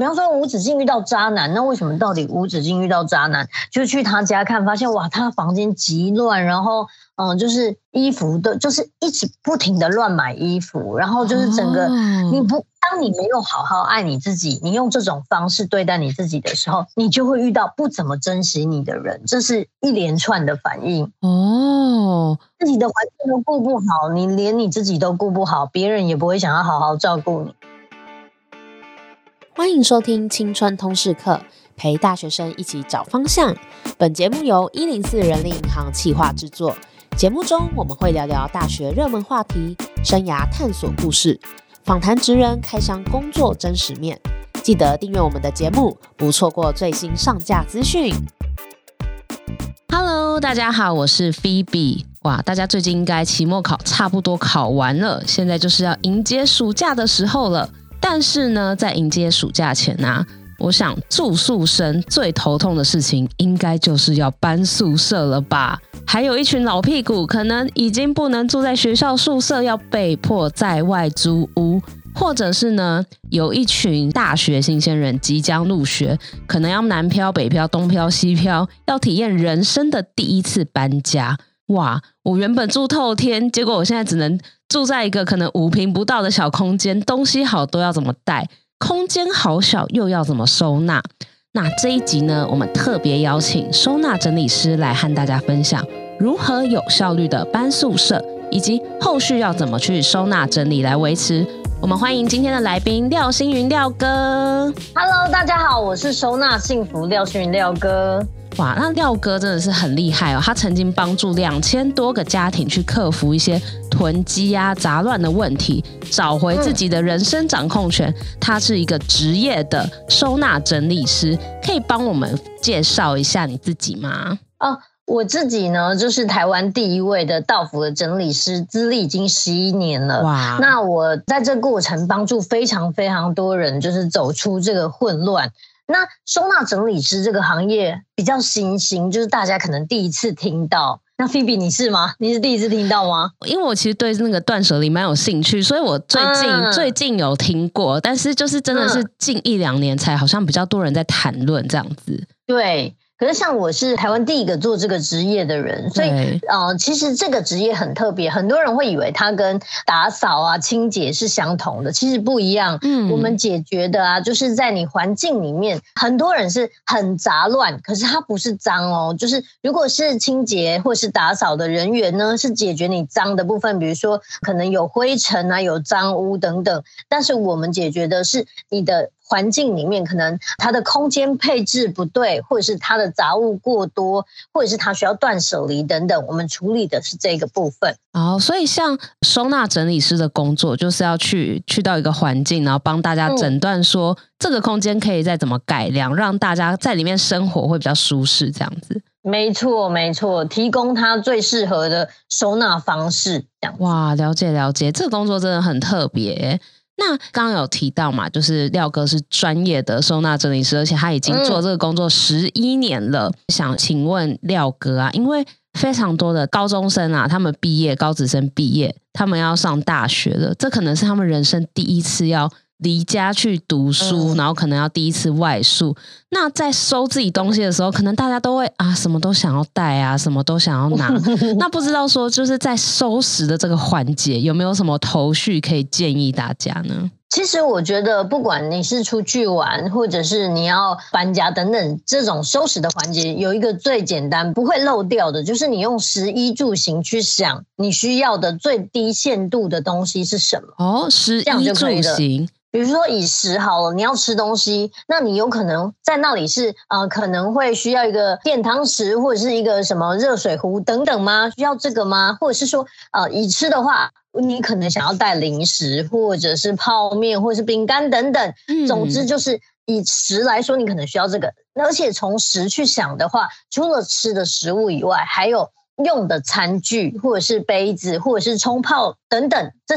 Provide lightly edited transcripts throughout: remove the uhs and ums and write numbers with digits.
比方说无止境遇到渣男，那为什么到底无止境遇到渣男？就去他家看，发现哇，他房间极乱，然后就是衣服的，就是一直不停的乱买衣服，然后就是整个当你没有好好爱你自己，你用这种方式对待你自己的时候，你就会遇到不怎么珍惜你的人，这是一连串的反应。自己的环境都顾不好，你连你自己都顾不好，别人也不会想要好好照顾你。 欢迎收听青春通识课，陪大学生一起找方向。本节目由104人力银行企划制作。节目中我们会聊聊大学热门话题、生涯探索故事，访谈职人开箱工作真实面。记得订阅我们的节目，不错过最新上架资讯。Hello， 大家好，我是 Phoebe。哇，大家最近应该期末考差不多考完了，现在就是要迎接暑假的时候了。但是呢，在迎接暑假前啊，我想住宿生最头痛的事情应该就是要搬宿舍了吧。还有一群老屁股可能已经不能住在学校宿舍，要被迫在外租屋，或者是呢，有一群大学新鲜人即将入学，可能要南漂北漂东漂西漂，要体验人生的第一次搬家。哇，我原本住透天，结果我现在只能住在一个可能5坪不到的小空间，东西好多要怎么带，空间好小又要怎么收纳。那这一集呢，我们特别邀请收纳整理师来和大家分享如何有效率的搬宿舍，以及后续要怎么去收纳整理来维持。我们欢迎今天的来宾廖星云廖哥。 Hello， 大家好，我是收纳幸福廖星云廖哥。 哇，那廖哥真的是很厉害哦！他曾经帮助2000多个家庭去克服一些囤积啊、杂乱的问题，找回自己的人生掌控权。他是一个职业的收纳整理师，可以帮我们介绍一下你自己吗？ 我自己呢，就是台湾第一位的到府的整理师，资历已经11年了。哇！那我在这过程帮助非常非常多人，就是走出这个混乱。那收纳整理师这个行业比较新兴，就是大家可能第一次听到。那 Phoebe 你是吗？你是第一次听到吗？ 因为我其实对那个断舍离蛮有兴趣，所以我最近有听过，但是就是真的是近1-2年才好像比较多人在谈论这样子。 对。可是像我是台湾第一个做这个职业的人，所以其实这个职业很特别，很多人会以为它跟打扫啊、清洁是相同的，其实不一样。我们解决的啊，就是在你环境里面，很多人是很杂乱，可是它不是脏哦。就是如果是清洁或是打扫的人员呢，是解决你脏的部分，比如说可能有灰尘啊、有脏污等等，但是我们解决的是你的环境里面可能它的空间配置不对，或者是它的杂物过多，或者是它需要断舍离等等，我们处理的是这个部分。 所以像收纳整理师的工作就是要去到一个环境，然后帮大家诊断说这个空间可以再怎么改良，让大家在里面生活会比较舒适这样子。 没错没错，提供它最适合的收纳方式这样子。 哇，了解了解，这个工作真的很特别。那刚刚有提到嘛，就是廖哥是专业的收纳整理师，而且他已经做这个工作11年了。想请问廖哥啊，因为非常多的高中生啊，他们毕业，高职生毕业，他们要上大学了，这可能是他们人生第一次要离家去读书，然后可能要第一次外宿。那在收自己东西的时候，可能大家都会什么都想要带啊，什么都想要拿。那不知道说就是在收拾的这个环节，有没有什么头绪可以建议大家呢？ 其实我觉得不管你是出去玩，或者是你要搬家等等，这种收拾的环节有一个最简单不会漏掉的，就是你用食衣住行去想你需要的最低限度的东西是什么。 食衣住行。 比如说以食好了，你要吃东西，那你有可能在那里是可能会需要一个电汤匙或者是一个什么热水壶等等吗？需要这个吗？或者是说以吃的话，你可能想要带零食或者是泡面或者是饼干等等。总之就是以食来说，你可能需要这个。而且从食去想的话，除了吃的食物以外，还有用的餐具或者是杯子或者是冲泡等等，这些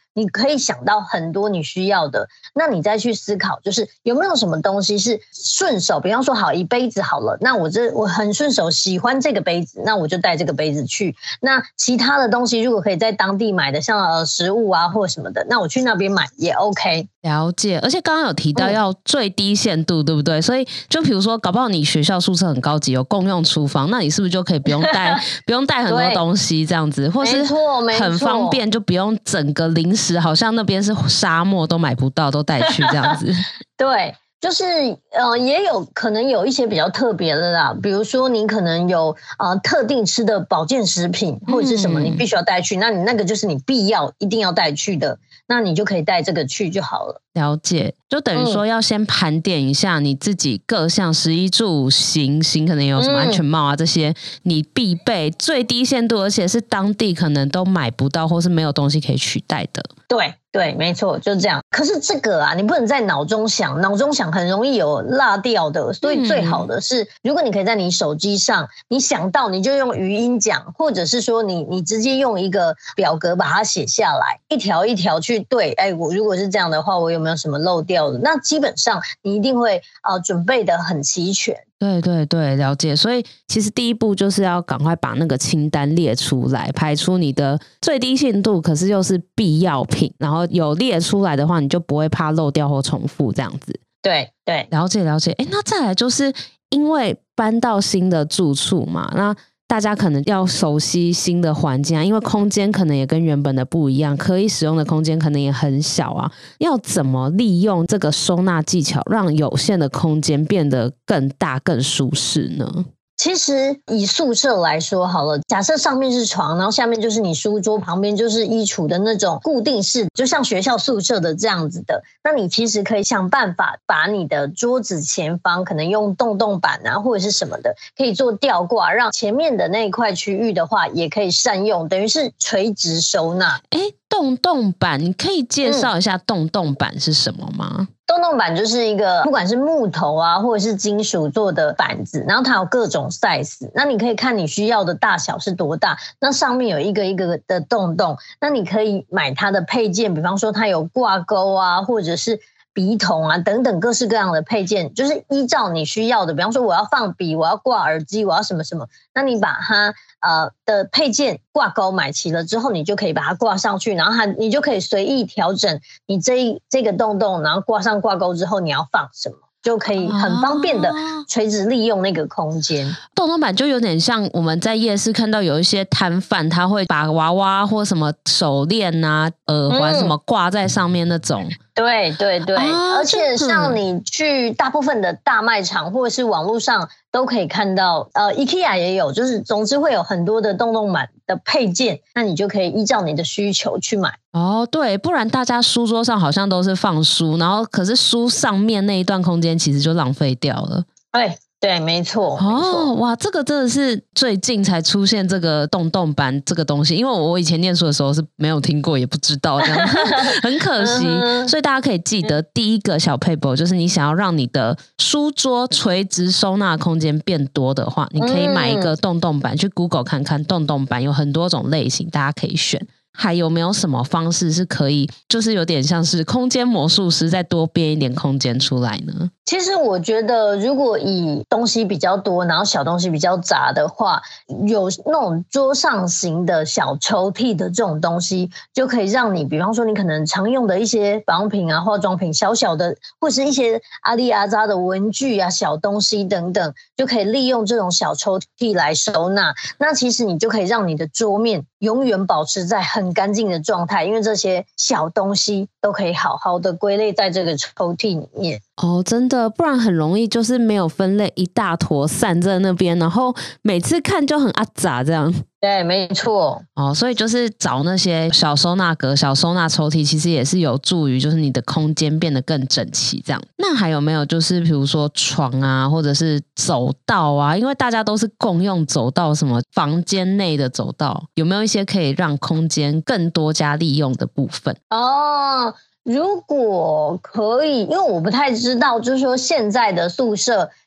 你可以想到很多你需要的，那你再去思考，就是有没有什么东西是顺手，比方说好一杯子好了，那我很顺手喜欢这个杯子，那我就带这个杯子去。那其他的东西如果可以在当地买的，像食物啊或什么的，那我去那边买也 OK。 了解，而且刚刚有提到要最低限度，对不对？所以就比如说搞不好你学校宿舍很高级，有共用厨房，那你是不是就可以不用带很多东西这样子，或是很方便，就不用整个零食好像那边是沙漠都买不到都带去这样子。 对，就是也有可能有一些比较特别的啦，比如说你可能有特定吃的保健食品或者是什么你必须要带去，那你那个就是你一定要带去的，那你就可以带这个去就好了。 了解，就等于说要先盘点一下你自己各项食衣住行可能有什么安全帽啊，这些你必备最低限度，而且是当地可能都买不到或是没有东西可以取代的。 对，没错，就这样。可是这个啊，你不能在脑中想很容易有落掉的，所以最好的是，如果你可以在你手机上，你想到你就用语音讲，或者是说你直接用一个表格把它写下来，一条一条去对，我如果是这样的话，我有没有什么漏掉的？那基本上你一定会准备的很齐全。 对，了解。所以其实第一步就是要赶快把那个清单列出来，排出你的最低限度，可是又是必要品，然后有列出来的话，你就不会怕漏掉或重复这样子。 对， 了解。那再来就是因为搬到新的住处嘛，那大家可能要熟悉新的环境啊，因为空间可能也跟原本的不一样，可以使用的空间可能也很小啊。要怎么利用这个收纳技巧，让有限的空间变得更大、更舒适呢？ 其实以宿舍来说好了，假设上面是床，然后下面就是你书桌，旁边就是衣橱的那种固定式，就像学校宿舍的这样子的，那你其实可以想办法把你的桌子前方可能用洞板啊或者是什么的，可以做吊挂，让前面的那一块区域的话也可以善用，等于是垂直收纳。 洞板，你可以介绍一下洞板是什么吗？ 洞板就是一个不管是木头啊或者是金属做的板子，然后它有各种 size， 那你可以看你需要的大小是多大，那上面有一个一个的洞，那你可以买它的配件，比方说它有挂钩啊或者是笔筒啊等等各式各样的配件，就是依照你需要的，比方说我要放笔，我要挂耳机，我要什么什么，那你把它的配件挂钩买齐了之后，你就可以把它挂上去，然后你就可以随意调整你这个洞，然后挂上挂钩之后你要放什么，就可以很方便的垂直利用那个空间。 洞板就有点像我们在夜市看到有一些摊贩，他会把娃娃或什么手链啊、耳环什么挂在上面那种。 对，而且像你去大部分的大卖场或者是网络上都可以看到，IKEA 也有，就是总之会有很多的洞板的配件，那你就可以依照你的需求去买。 对，不然大家书桌上好像都是放书，然后可是书上面那一段空间其实就浪费掉了。 对，没错。 哇，这个真的是最近才出现这个洞板这个东西，因为我以前念书的时候是没有听过，也不知道这样很可惜。所以大家可以记得第一个小撇步，就是你想要让你的书桌垂直收纳空间变多的话，你可以买一个洞板，去 Google 看看洞板有很多种类型，大家可以选。还有没有什么方式是可以，就是有点像是空间魔术师再多变一点空间出来呢？ 其实我觉得如果以东西比较多，然后小东西比较杂的话，有那种桌上型的小抽屉的这种东西，就可以让你比方说你可能常用的一些保养品啊、化妆品小小的，或是一些阿里阿扎的文具啊、小东西等等，就可以利用这种小抽屉来收纳。那其实你就可以让你的桌面永远保持在很干净的状态，因为这些小东西都可以好好的归类在这个抽屉里面。 真的，不然很容易就是没有分类，一大坨散在那边，然后每次看就很阿杂这样。 对，没错。 所以就是找那些小收纳格、小收纳抽屉，其实也是有助于就是你的空间变得更整齐这样。那还有没有就是比如说床啊，或者是走道啊，因为大家都是共用走道，什么房间内的走道，有没有一些可以让空间更多加利用的部分？ 如果可以，因为我不太知道，就是说现在的宿舍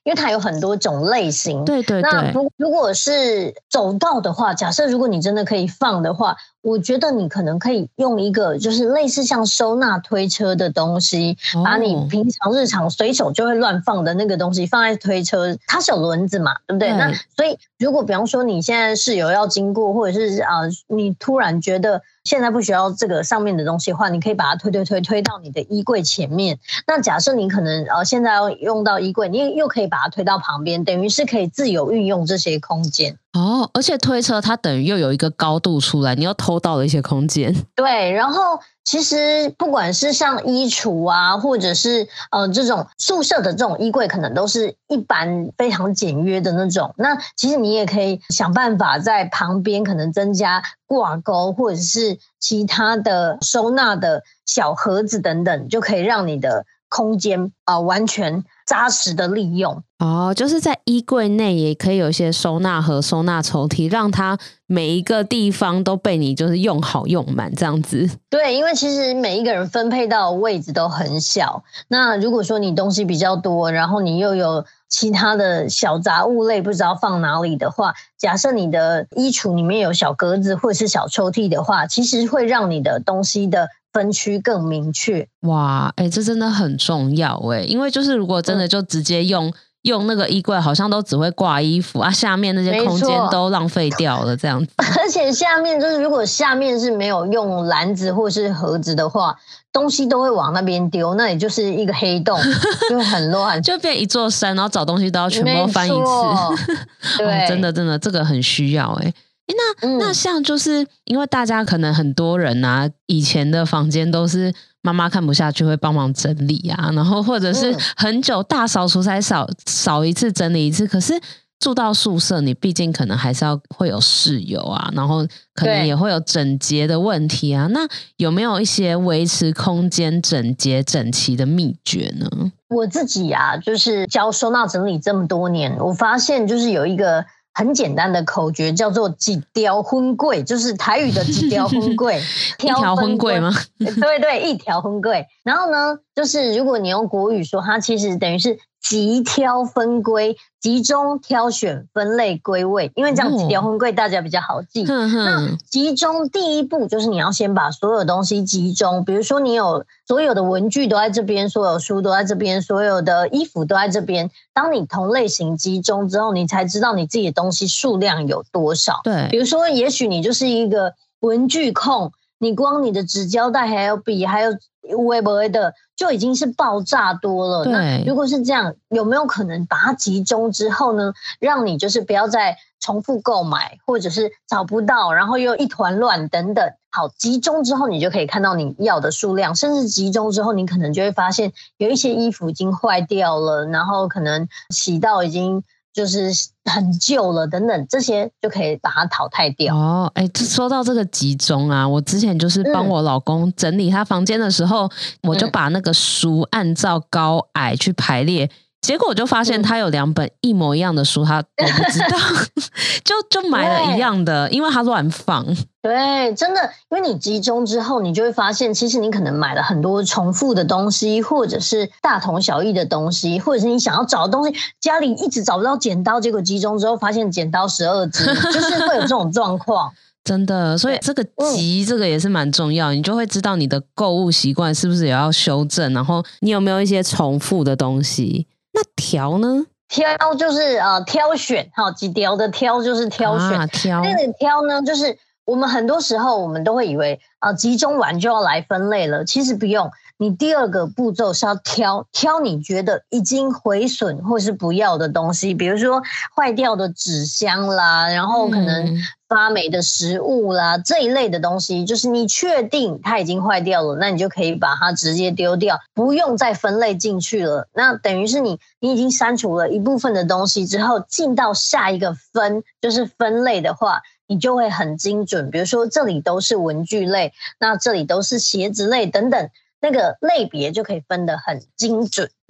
因为它有很多种类型。 对对对。 那如果是走道的话，假设如果你真的可以放的话，我觉得你可能可以用一个就是类似像收纳推车的东西，把你平常日常随手就会乱放的那个东西放在推车，它是有轮子嘛，对不对？那所以如果比方说你现在室友要经过，或者是你突然觉得现在不需要这个上面的东西的话，你可以把它推到你的衣柜前面。那假设你可能现在要用到衣柜，你又可以把它推到旁边，等于是可以自由运用这些空间。 而且推车它等于又有一个高度出来，你又偷到了一些空间。 对，然后其实不管是像衣橱啊，或者是这种宿舍的这种衣柜，可能都是一般非常简约的那种。那其实你也可以想办法在旁边可能增加挂钩，或者是其他的收纳的小盒子等等，就可以让你的空间完全扎实的利用。 就是在衣柜内也可以有一些收纳盒、收纳抽屉，让它每一个地方都被你就是用好用满这样子。 对，因为其实每一个人分配到的位置都很小，那如果说你东西比较多，然后你又有其他的小杂物类不知道放哪里的话，假设你的衣橱里面有小格子或者是小抽屉的话，其实会让你的东西的分区更明确。 哇，这真的很重要因为就是如果真的就直接用那个衣柜，好像都只会挂衣服啊，下面那些空间都浪费掉了这样子。 而且下面就是如果下面是没有用篮子或是盒子的话，东西都会往那边丢，那也就是一个黑洞，就很乱， 就变一座山，然后找东西都要全部翻一次。对，真的这个很需要那像就是因为大家可能很多人啊，以前的房间都是妈妈看不下去会帮忙整理啊，然后或者是很久大扫除才扫一次整理一次，可是住到宿舍你毕竟可能还是要会有室友啊，然后可能也会有整洁的问题啊，那有没有一些维持空间整洁整齐的秘诀呢？ 我自己就是教收纳整理这么多年，我发现就是有一个很简单的口诀，叫做几条婚柜，就是台语的几条婚柜。 一条婚柜吗？ 对，一条婚柜。然后呢，就是如果你用国语说，它其实等于是集挑分归，集中挑选分类归位，因为这样几条婚柜大家比较好记。那集中第一步就是你要先把所有东西集中，比如说你有所有的文具都在这边，所有书都在这边，所有的衣服都在这边。当你同类型集中之后，你才知道你自己的东西数量有多少。 对， 比如说也许你就是一个文具控，你光你的纸胶带还有笔还有微博的就已经是爆炸多了。那如果是这样，有没有可能把它集中之后呢，让你就是不要再重复购买，或者是找不到，然后又一团乱等等。好，集中之后你就可以看到你要的数量，甚至集中之后你可能就会发现有一些衣服已经坏掉了，然后可能洗到已经就是很旧了等等，这些就可以把它淘汰掉。 说到这个集中啊，我之前就是帮我老公整理他房间的时候，我就把那个书按照高矮去排列，结果我就发现他有2本一模一样的书，他都不知道就买了一样的，因为他乱放。 对，真的，因为你集中之后，你就会发现，其实你可能买了很多重复的东西，或者是大同小异的东西，或者是你想要找的东西，家里一直找不到剪刀，结果集中之后发现剪刀12支，就是会有这种状况。 真的，所以这个集这个也是蛮重要，你就会知道你的购物习惯是不是也要修正，然后你有没有一些重复的东西。那挑呢？ 挑就是挑选，几条的挑就是挑选。那个挑呢，就是我们很多时候我们都会以为集中完就要来分类了，其实不用。你第2个步骤是要挑你觉得已经毁损或是不要的东西，比如说坏掉的纸箱啦，然后可能发霉的食物啦，这一类的东西，就是你确定它已经坏掉了，那你就可以把它直接丢掉，不用再分类进去了。那等于是你已经删除了一部分的东西之后，进到下一个就是分类的话，你就会很精准。比如说这里都是文具类，那这里都是鞋子类等等，那个类别就可以分得很精准。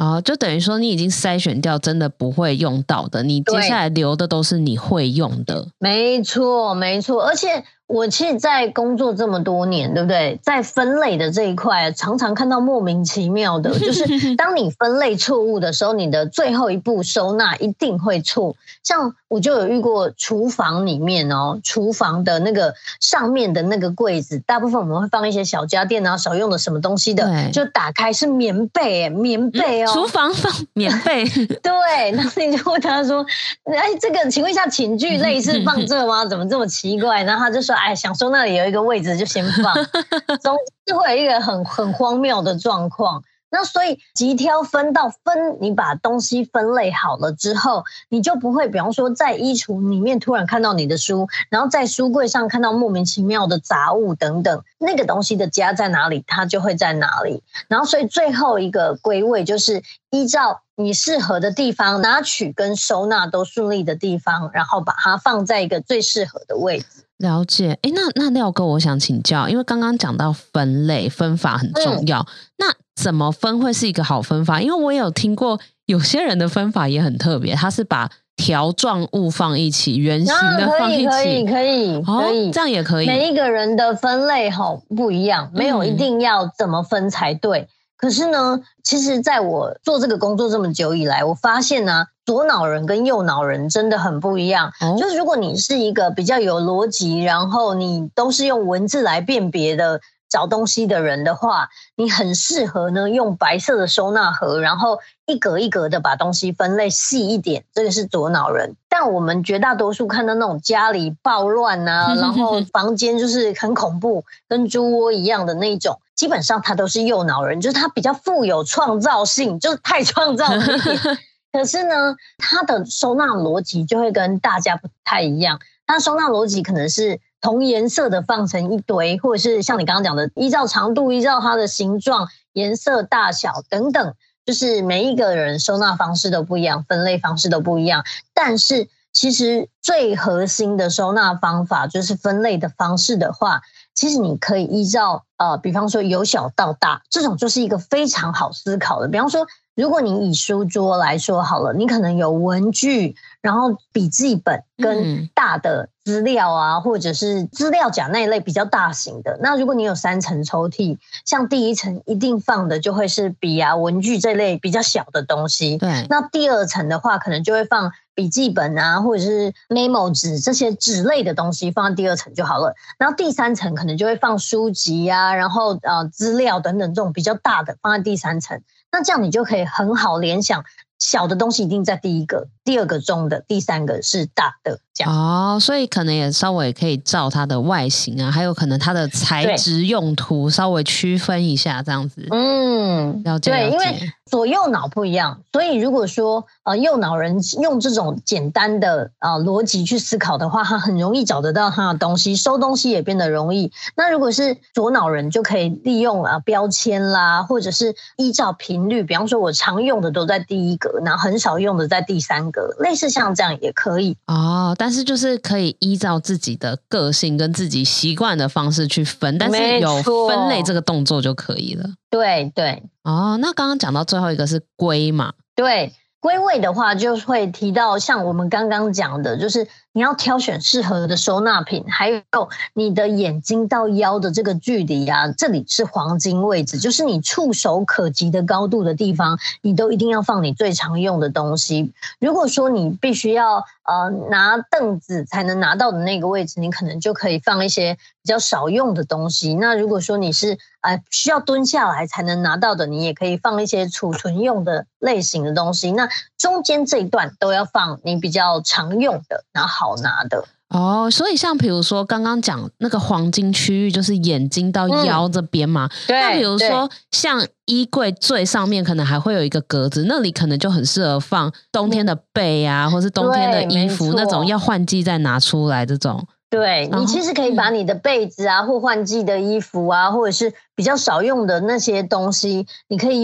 就等于说你已经筛选掉真的不会用到的，你接下来留的都是你会用的。 没错没错，而且我其实在工作这么多年，对不对？在分类的这一块常常看到莫名其妙的，就是当你分类错误的时候，你的最后一步收纳一定会错。像我就有遇过厨房里面厨房的那个上面的那个柜子，大部分我们会放一些小家电啊，少用的什么东西的，就打开是棉被厨房放棉被对，然后你就问他说这个请问一下寝具类是放这吗？怎么这么奇怪？然后他就说想说那里有一个位置就先放总是会有一个很荒谬的状况。那所以集挑分到你把东西分类好了之后，你就不会比方说在衣橱里面突然看到你的书，然后在书柜上看到莫名其妙的杂物等等，那个东西的家在哪里它就会在哪里。然后所以最后一个归位就是依照你适合的地方，拿取跟收纳都顺利的地方，然后把它放在一个最适合的位置。 了解。那廖哥我想请教，因为刚刚讲到分类分法很重要，那怎么分会是一个好分法？因为我也有听过有些人的分法也很特别，他是把条状物放一起，圆形的放一起。 可以这样也可以。 每一个人的分类不一样，没有一定要怎么分才对。可是呢，其实在我做这个工作这么久以来，我发现呢，左脑人跟右脑人真的很不一样。就是如果你是一个比较有逻辑，然后你都是用文字来辨别的找东西的人的话，你很适合呢用白色的收纳盒，然后一格一格的把东西分类细一点，这个是左脑人。但我们绝大多数看到那种家里暴乱啊，然后房间就是很恐怖，跟猪窝一样的那种，基本上他都是右脑人，就是他比较富有创造性，就是太创造了一点。可是呢，他的收纳逻辑就会跟大家不太一样。他收纳逻辑可能是同颜色的放成一堆，或者是像你刚刚讲的，依照长度、依照它的形状、颜色、大小等等，就是每一个人收纳方式都不一样，分类方式都不一样。但是其实最核心的收纳方法就是分类的方式的话，其实你可以依照比方说由小到大，这种就是一个非常好思考的。比方说如果你以书桌来说好了，你可能有文具，然后笔记本跟大的资料啊，或者是资料夹那一类比较大型的。那如果你有3层抽屉，像第一层一定放的就会是笔啊、文具这类比较小的东西。 对。 那第2层的话，可能就会放笔记本啊，或者是 memo 纸这些纸类的东西放在第2层就好了。然后第3层可能就会放书籍啊，然后资料等等这种比较大的放在第3层。那这样你就可以很好联想，小的东西一定在第1个，第2个中的，第3个是大的，这样。 所以可能也稍微可以照它的外形啊，还有可能它的材质用途稍微区分一下，这样子。了解。 对，因为左右脑不一样，所以如果说右脑人用这种简单的逻辑去思考的话，他很容易找得到他的东西，收东西也变得容易。那如果是左脑人，就可以利用标签啦，或者是依照频率，比方说我常用的都在第1格，然后很少用的在第3格，类似像这样也可以。 但是就是可以依照自己的个性跟自己习惯的方式去分，但是有分类这个动作就可以了。 对。 那刚刚讲到最后一个是归嘛？ 对，归位的话就会提到像我们刚刚讲的，就是你要挑选适合的收纳品，还有你的眼睛到腰的这个距离啊，这里是黄金位置，就是你触手可及的高度的地方，你都一定要放你最常用的东西。如果说你必须要拿凳子才能拿到的那个位置，你可能就可以放一些比较少用的东西。那如果说你是需要蹲下来才能拿到的，你也可以放一些储存用的类型的东西。那中间这一段都要放你比较常用的，然后好拿的。 所以像比如说刚刚讲那个黄金区域，就是眼睛到腰这边嘛。那比如说像衣柜最上面可能还会有一个格子，那里可能就很适合放冬天的被啊，或是冬天的衣服，那种要换季再拿出来这种。 对，你其实可以把你的被子啊，或换季的衣服啊，或者是比较少用的那些东西，你可以用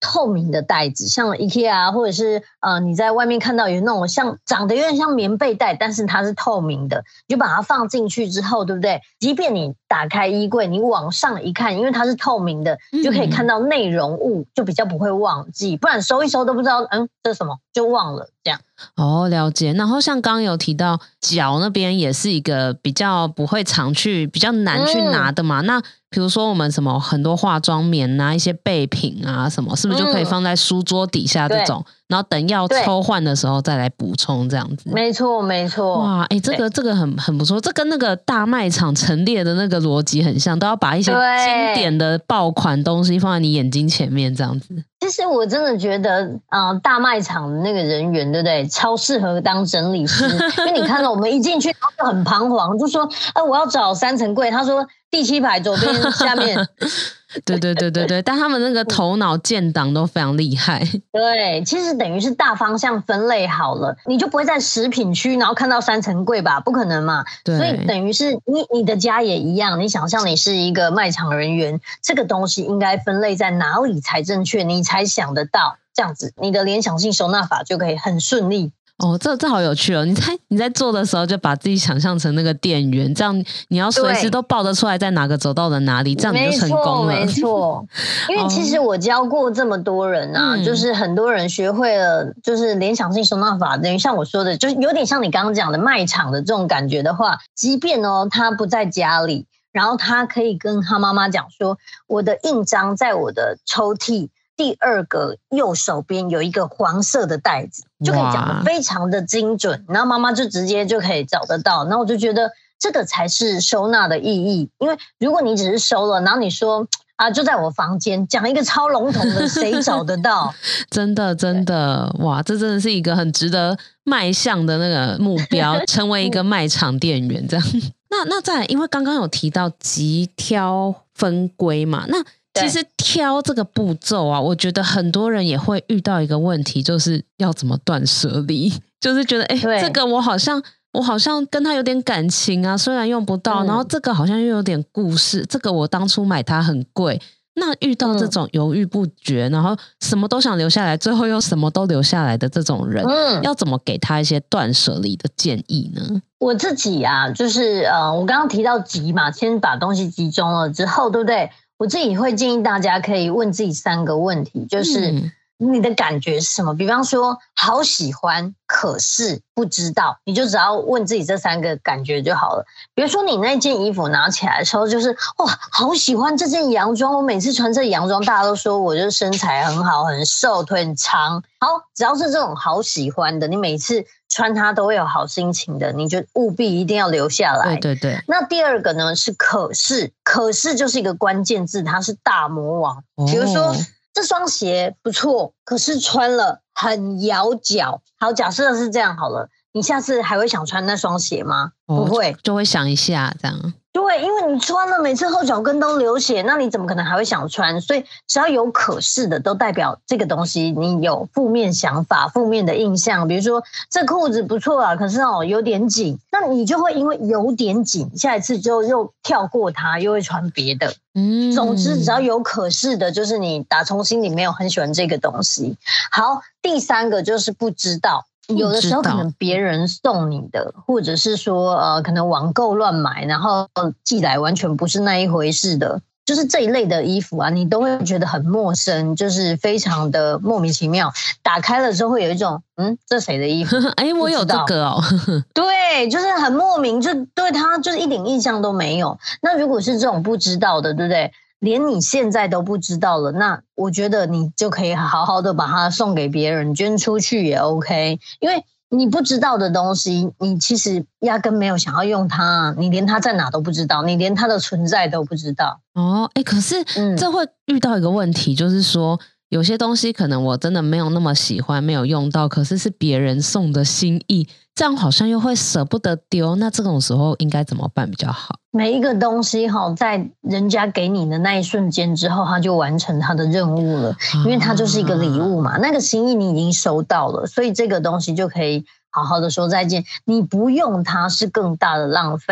透明的袋子，像 IKEA 或者是你在外面看到有那种像长得有点像棉被袋，但是它是透明的，你就把它放进去之后，对不对？即便你打开衣柜，你往上一看，因为它是透明的，就可以看到内容物，就比较不会忘记，不然收一收都不知道这是什么，就忘了这样。 哦，了解。然后像刚刚有提到脚那边也是一个比较不会常去比较难去拿的嘛，那比如说我们什么很多化妆棉啊一些备品啊什么，是不是就可以放在书桌底下这种，然后等要抽换的时候再来补充这样子？ 没错没错。 哇，这个很不错，这跟那个大卖场陈列的那个逻辑很像，都要把一些经典的爆款东西放在你眼睛前面这样子。 其实我真的觉得大卖场的那个人员，对不对？超适合当整理师，因为你看到我们一进去就很彷徨，就说我要找3层柜，他说第7排左边下面。 对，但他们那个头脑建档都非常厉害。 对，其实等于是大方向分类好了，你就不会在食品区然后看到3层柜吧，不可能嘛。所以等于是你的家也一样，你想象你是一个卖场人员，这个东西应该分类在哪里才正确，你才想得到，这样子你的联想性收纳法就可以很顺利。 哦，这好有趣哦！你在做的时候就把自己想象成那个店员，这样你要随时都报得出来在哪个走道的哪里，这样你就成功了。 没错，因为其实我教过这么多人啊，就是很多人学会了就是联想性收纳法，等于像我说的，就是有点像你刚刚讲的卖场的这种感觉的话，即便他不在家里，然后他可以跟他妈妈讲说，我的印章在我的抽屉第2个右手边有一个黄色的袋子，就可以讲得非常的精准，然后妈妈就直接就可以找得到。然后我就觉得这个才是收纳的意义，因为如果你只是收了，然后你说就在我房间，讲一个超笼统的，谁找得到？ 真的，哇，这真的是一个很值得迈向的那个目标，成为一个卖场店员这样。那再来，因为刚刚有提到集挑分归嘛，那其实挑这个步骤啊，我觉得很多人也会遇到一个问题，就是要怎么断舍离，就是觉得这个我好像跟他有点感情啊，虽然用不到，然后这个好像又有点故事，这个我当初买它很贵，那遇到这种犹豫不决，然后什么都想留下来，最后又什么都留下来的这种人，要怎么给他一些断舍离的建议呢？ 我自己啊，就是我刚刚提到集嘛，先把东西集中了之后，对不对？我自己会建议大家可以问自己3个问题，就是你的感觉是什么？比方说好喜欢，可是不知道，你就只要问自己这3个感觉就好了。比如说你那件衣服拿起来的时候，就是哇，好喜欢这件洋装，我每次穿这洋装，大家都说我就身材很好，很瘦，腿很长。好，只要是这种好喜欢的，你每次穿它都会有好心情的，你就务必一定要留下来。 对。 那第2个呢是可是就是一个关键字，它是大魔王。比如说这双鞋不错，可是穿了很咬脚。好，假设是这样好了，你下次还会想穿那双鞋吗？不会， 就会想一下这样。 对，因为你穿了，每次后脚跟都流血，那你怎么可能还会想穿？所以只要有可是的，都代表这个东西你有负面想法、负面的印象。比如说这裤子不错啊，可是有点紧，那你就会因为有点紧，下一次就又跳过它，又会穿别的。总之只要有可是的，就是你打从心里没有很喜欢这个东西。好，第3个就是不知道。有的时候可能别人送你的，或者是说可能网购乱买，然后寄来完全不是那一回事的，就是这一类的衣服啊，你都会觉得很陌生，就是非常的莫名其妙。打开了之后会有一种这谁的衣服？ 我有这个哦。 对，就是很莫名，就对他就是一点印象都没有。那如果是这种不知道的，对不对？连你现在都不知道了，那我觉得你就可以好好的把它送给别人，捐出去也 OK。因为你不知道的东西，你其实压根没有想要用它，你连它在哪都不知道，你连它的存在都不知道。 可是这会遇到一个问题，就是说有些东西可能我真的没有那么喜欢，没有用到，可是是别人送的心意，这样好像又会舍不得丢，那这种时候应该怎么办比较好？ 每一个东西在人家给你的那一瞬间之后，他就完成他的任务了，因为它就是一个礼物嘛，那个心意你已经收到了，所以这个东西就可以好好的说再见。你不用它是更大的浪费，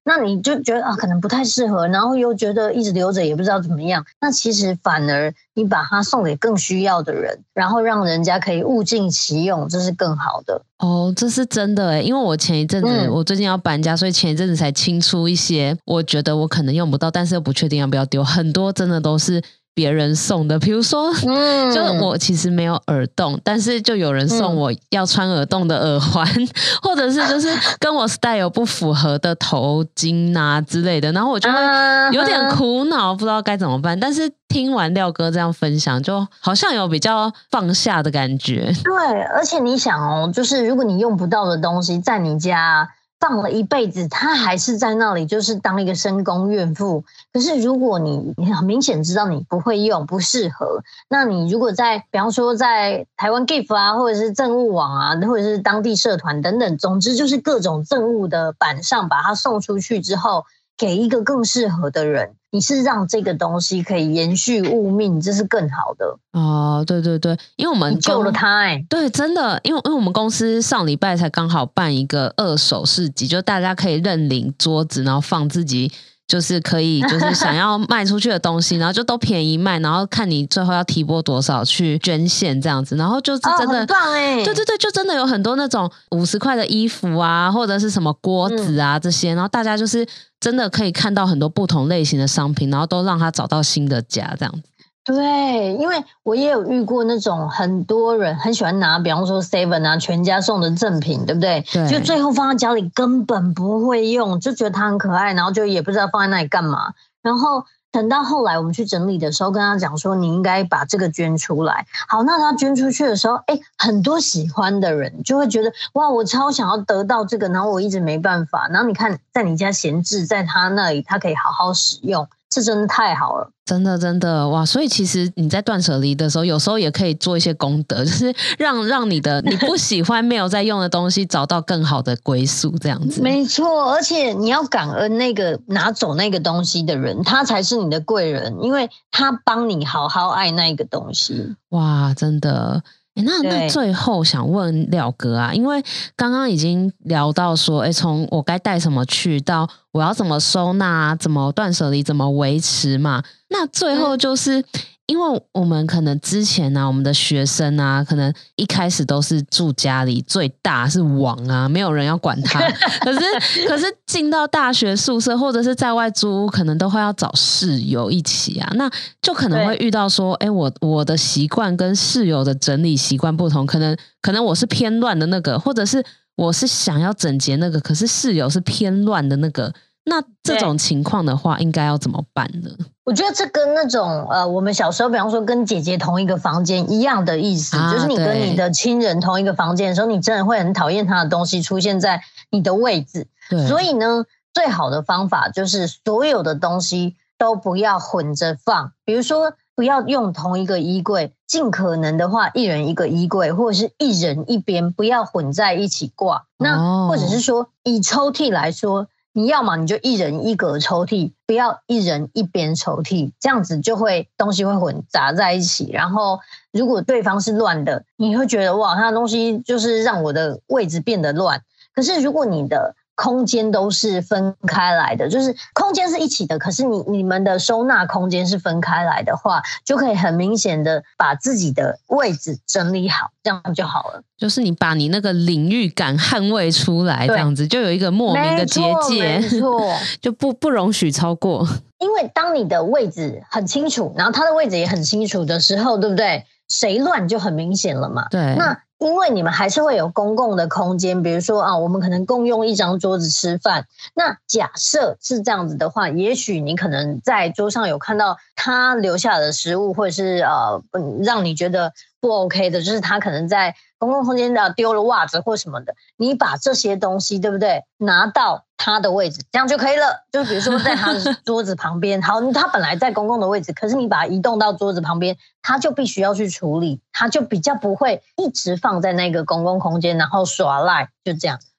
那你就觉得可能不太适合，然后又觉得一直留着也不知道怎么样，那其实反而你把它送给更需要的人，然后让人家可以物尽其用，这是更好的。 这是真的耶，因为我前一阵子我最近要搬家，所以前一阵子才清出一些我觉得我可能用不到，但是又不确定要不要丢，很多真的都是别人送的，比如说就是我其实没有耳洞，但是就有人送我要穿耳洞的耳环，或者是就是跟我 style 不符合的头巾啊之类的，然后我就会有点苦恼，不知道该怎么办。但是听完廖哥这样分享，就好像有比较放下的感觉。 对，而且你想就是如果你用不到的东西在你家放了一辈子，它还是在那里，就是当一个深宫怨妇。可是如果你很明显知道你不会用，不适合，那你如果比方说在台湾 GIF 啊，或者是政务网啊，或者是当地社团等等，总之就是各种政务的板上把它送出去之后，给一个更适合的人，你是让这个东西可以延续物命，这是更好的。 对对对，因为我们你救了他对，真的，因为我们公司上礼拜才刚好办一个二手市集，就大家可以认领桌子，然后放自己就是可以就是想要卖出去的东西，然后就都便宜卖，然后看你最后要提拨多少去捐献这样子，然后就是真的很棒对对对，就真的有很多那种50块的衣服啊，或者是什么锅子啊这些，然后大家就是真的可以看到很多不同类型的商品，然后都让他找到新的家这样子。 对，因为我也有遇过那种很多人很喜欢拿，比方说 Seven 啊，全家送的赠品，对不对？ 对， 就最后放在家里根本不会用，就觉得它很可爱，然后就也不知道放在那里干嘛。然后等到后来我们去整理的时候，跟他讲说你应该把这个捐出来。好，那他捐出去的时候，很多喜欢的人就会觉得哇，我超想要得到这个，然后我一直没办法。然后你看，在你家闲置在他那里，他可以好好使用。这真的太好了， 真的真的哇！所以其实你在断舍离的时候，有时候也可以做一些功德，就是让你不喜欢没有在用的东西找到更好的归宿，这样子。 没错，而且你要感恩那个拿走那个东西的人，他才是你的贵人，因为他帮你好好爱那个东西。 哇，真的。那最后想问廖哥啊，因为刚刚已经聊到说，从我该带什么去到我要怎么收纳，怎么断舍离，怎么维持嘛。那最后就是因为我们可能之前我们的学生啊，可能一开始都是住家里，最大是王啊，没有人要管他。可是进到大学宿舍或者是在外租屋，可能都会要找室友一起啊，那就可能会遇到说，我的习惯跟室友的整理习惯不同，可能我是偏乱的那个，或者是我是想要整洁那个，可是室友是偏乱的那个。那这种情况的话，应该要怎么办呢？ 我觉得这跟那种我们小时候，比方说跟姐姐同一个房间一样的意思，就是你跟你的亲人同一个房间的时候，你真的会很讨厌他的东西出现在你的位置。所以呢，最好的方法就是所有的东西都不要混着放，比如说不要用同一个衣柜，尽可能的话，一人一个衣柜，或者是一人一边，不要混在一起挂。那或者是说，以抽屉来说，你要嘛你就一人一格抽屉，不要一人一边抽屉，这样子就会东西会混杂在一起。然后如果对方是乱的，你会觉得哇，他的东西就是让我的位置变得乱。可是如果你的空间都是分开来的，就是空间是一起的，可是你们的收纳空间是分开来的话，就可以很明显的把自己的位置整理好，这样就好了。 就是你把你那个领域感捍卫出来，这样子就有一个莫名的结界， 没错就不容许超过。 因为当你的位置很清楚，然后他的位置也很清楚的时候，对不对？谁乱就很明显了嘛。 对， 那因为你们还是会有公共的空间，比如说我们可能共用一张桌子吃饭。那假设是这样子的话，也许你可能在桌上有看到他留下的食物，或者是让你觉得不 OK 的，就是他可能在公共空间丢了袜子或什么的，你把这些东西，对不对，拿到他的位置，这样就可以了。就比如说在他的桌子旁边，好，他本来在公共的位置，可是你把它移动到桌子旁边，他就必须要去处理，他就比较不会一直放在那个公共空间，然后耍赖，就这样。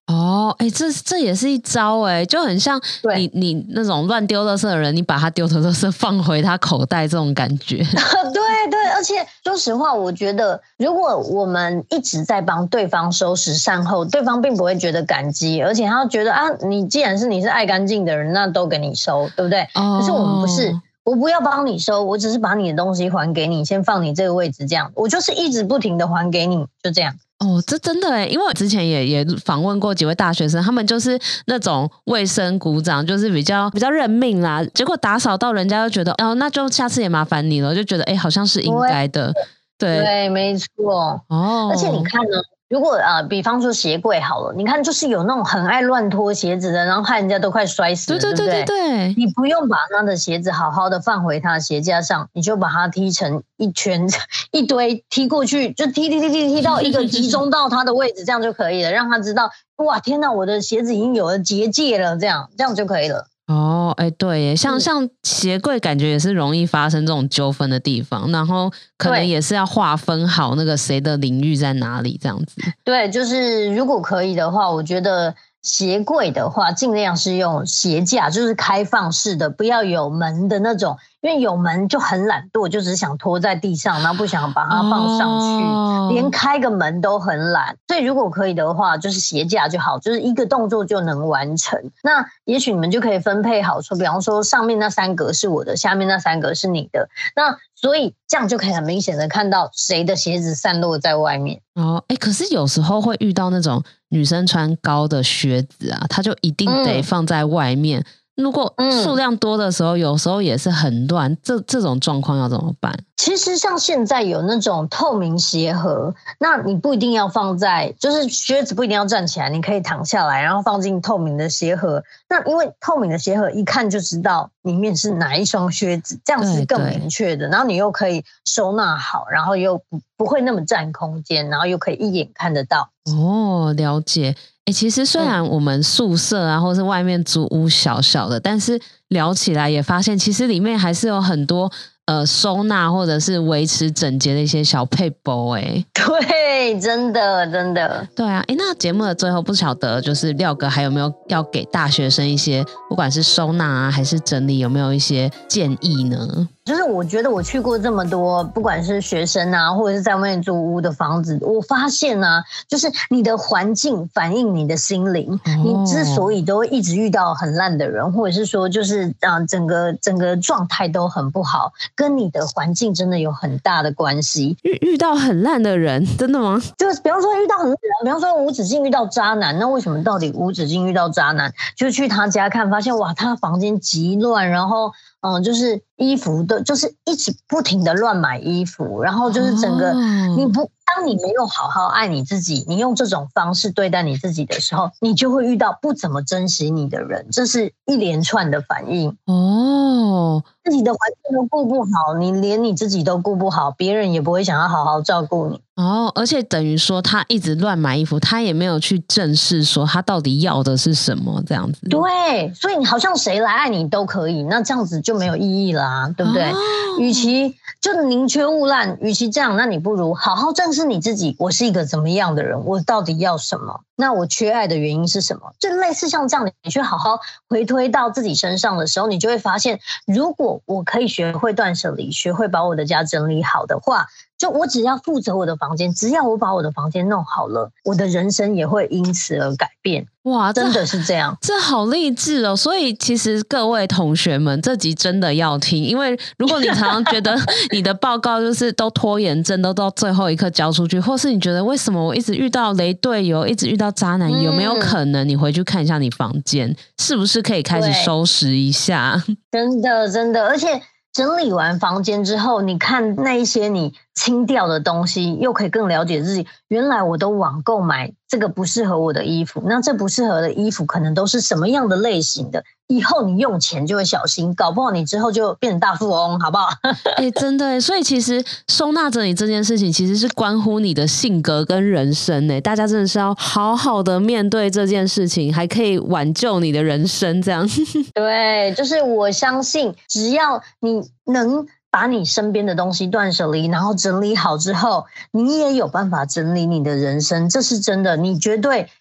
哦，这也是一招就很像你那种乱丢垃圾的人，你把他丢的垃圾放回他口袋这种感觉。 对，而且说实话，我觉得如果我们一直在帮对方收拾善后，对方并不会觉得感激，而且他觉得你既然你是爱干净的人，那都给你收，对不对？可是我们不是。我不要帮你收，我只是把你的东西还给你，先放你这个位置，这样我就是一直不停的还给你，就这样。 这真的因为我之前也访问过几位大学生，他们就是那种卫生股长，就是比较认命啦，结果打扫到人家就觉得那就下次也麻烦你了，就觉得好像是应该的。 对，没错。而且你看呢，如果比方说鞋柜好了，你看就是有那种很爱乱拖鞋子的，然后害人家都快摔死了，对不对？ 对， 你不用把他的鞋子好好的放回他的鞋架上，你就把它踢成一圈一堆，踢过去，就踢到一个集中到他的位置，这样就可以了，让他知道哇，天哪，我的鞋子已经有了结界了，这样就可以了。 对耶，像鞋柜感觉也是容易发生这种纠纷的地方，然后可能也是要划分好那个谁的领域在哪里这样子。 对，就是如果可以的话，我觉得鞋柜的话尽量是用鞋架，就是开放式的，不要有门的那种，因为有门就很懒惰，就只想拖在地上，然后不想把它放上去，连开个门都很懒。所以如果可以的话，就是鞋架就好，就是一个动作就能完成。那也许你们就可以分配好，说比方说上面那3格是我的，下面那3格是你的，那所以这样就可以很明显的看到谁的鞋子散落在外面。 可是有时候会遇到那种女生穿高的靴子啊，她就一定得放在外面。如果数量多的时候，有时候也是很乱，这种状况要怎么办？ 其实像现在有那种透明鞋盒，那你不一定要放在，就是靴子不一定要站起来，你可以躺下来，然后放进透明的鞋盒。那因为透明的鞋盒一看就知道里面是哪一双靴子，这样是更明确的。然后你又可以收纳好，然后又不会那么占空间，然后又可以一眼看得到。 了解。其实虽然我们宿舍啊，或是外面租屋小小的，但是聊起来也发现，其实里面还是有很多收纳或者是维持整洁的一些小撇步。 对，真的。 对啊，那节目的最后不晓得就是廖哥还有没有要给大学生一些，不管是收纳啊还是整理，有没有一些建议呢？ 就是我觉得我去过这么多，不管是学生啊，或者是在外面租屋的房子，我发现啊，就是你的环境反映你的心灵。你之所以都会一直遇到很烂的人，或者是说就是整个状态都很不好，跟你的环境真的有很大的关系。 遇到很烂的人，真的吗？ 就是比方说遇到很烂的人，比方说无止境遇到渣男，那为什么到底无止境遇到渣男？就去他家看，发现哇，他房间极乱，然后就是衣服的，就是一直不停的乱买衣服，然后就是整个当你没有好好爱你自己，你用这种方式对待你自己的时候，你就会遇到不怎么珍惜你的人，这是一连串的反应。自己的环境都顾不好，你连你自己都顾不好，别人也不会想要好好照顾你。 而且等于说他一直乱买衣服，他也没有去正视说他到底要的是什么，这样子。 对，所以你好像谁来爱你都可以，那这样子就没有意义了啊，对不对？与其就宁缺毋滥，与其这样，那你不如好好正视你自己，我是一个怎么样的人，我到底要什么，那我缺爱的原因是什么，就类似像这样，你去好好回推到自己身上的时候，你就会发现，如果我可以学会断舍离，学会把我的家整理好的话，就我只要负责我的房间，只要我把我的房间弄好了，我的人生也会因此而改变。哇，真的是这样， 这好励志哦！所以其实各位同学们，这集真的要听，因为如果你常常觉得你的报告就是都拖延症，都到最后一刻交出去，或是你觉得为什么我一直遇到雷队友，一直遇到渣男，有没有可能你回去看一下你房间，是不是可以开始收拾一下？ 真的，而且整理完房间之后，你看那一些你清掉的东西，又可以更了解自己。原来我都网购买这个不适合我的衣服，那这不适合的衣服可能都是什么样的类型的？以后你用钱就会小心，搞不好你之后就变成大富翁，好不好？ 真的，所以其实收纳整理这件事情其实是关乎你的性格跟人生。大家真的是要好好的面对这件事情，还可以挽救你的人生这样。 对，就是我相信只要你能把你身边的东西断舍离，然后整理好之后，你也有办法整理你的人生，这是真的。你绝对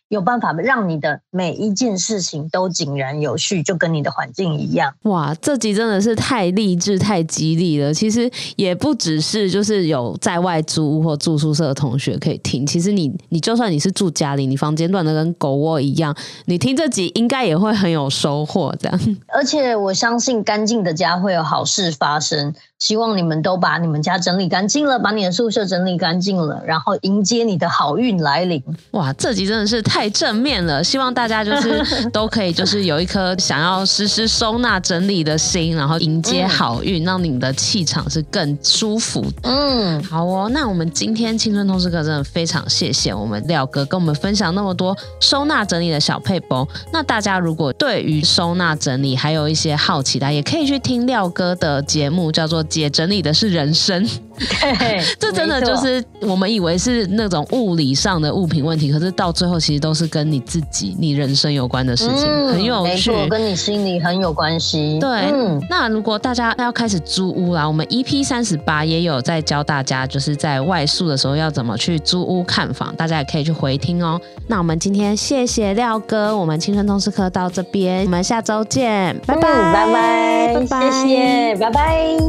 有办法让你的每一件事情都井然有序，就跟你的环境一样。 哇，这集真的是太励志太激励了。其实也不只是就是有在外租屋或住宿舍的同学可以听，其实你就算你是住家里，你房间乱的跟狗窝一样，你听这集应该也会很有收获这样。 而且我相信干净的家会有好事发生，希望你们都把你们家整理干净了，把你的宿舍整理干净了，然后迎接你的好运来临。 哇，这集真的是太正面了，希望大家就是都可以就是有一颗想要时时收纳整理的心，然后迎接好运，让你的气场是更舒服。好哦，那我们今天青春通识课真的非常谢谢我们廖哥跟我们分享那么多收纳整理的小撇步。那大家如果对于收纳整理还有一些好奇的，也可以去听廖哥的节目，叫做姐整理的是人生。 对， 这真的就是我们以为是那种物理上的物品问题，可是到最后其实都是跟你自己你人生有关的事情，很有趣， 没错，跟你心里很有关系。 对，那如果大家要开始租屋啦，我们 EP38 也有在教大家就是在外宿的时候要怎么去租屋看房，大家也可以去回听哦。那我们今天谢谢廖哥，我们青春通识课到这边，我们下周见，拜拜， 拜拜， 拜拜， 谢谢，拜拜。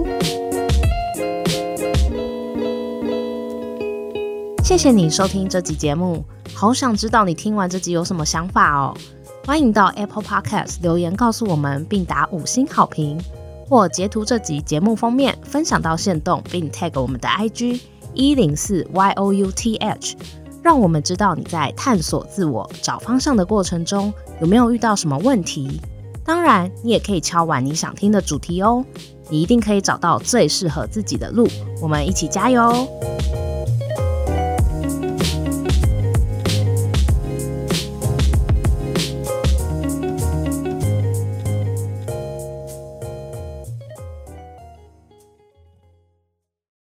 谢谢你收听这集节目，好想知道你听完这集有什么想法哦。欢迎到 Apple Podcast 留言告诉我们，并打5星好评，或截图这集节目封面分享到限动，并 tag 我们的 IG 104YOUTH， 让我们知道你在探索自我、找方向的过程中有没有遇到什么问题。当然，你也可以敲碗你想听的主题哦，你一定可以找到最适合自己的路。我们一起加油哦！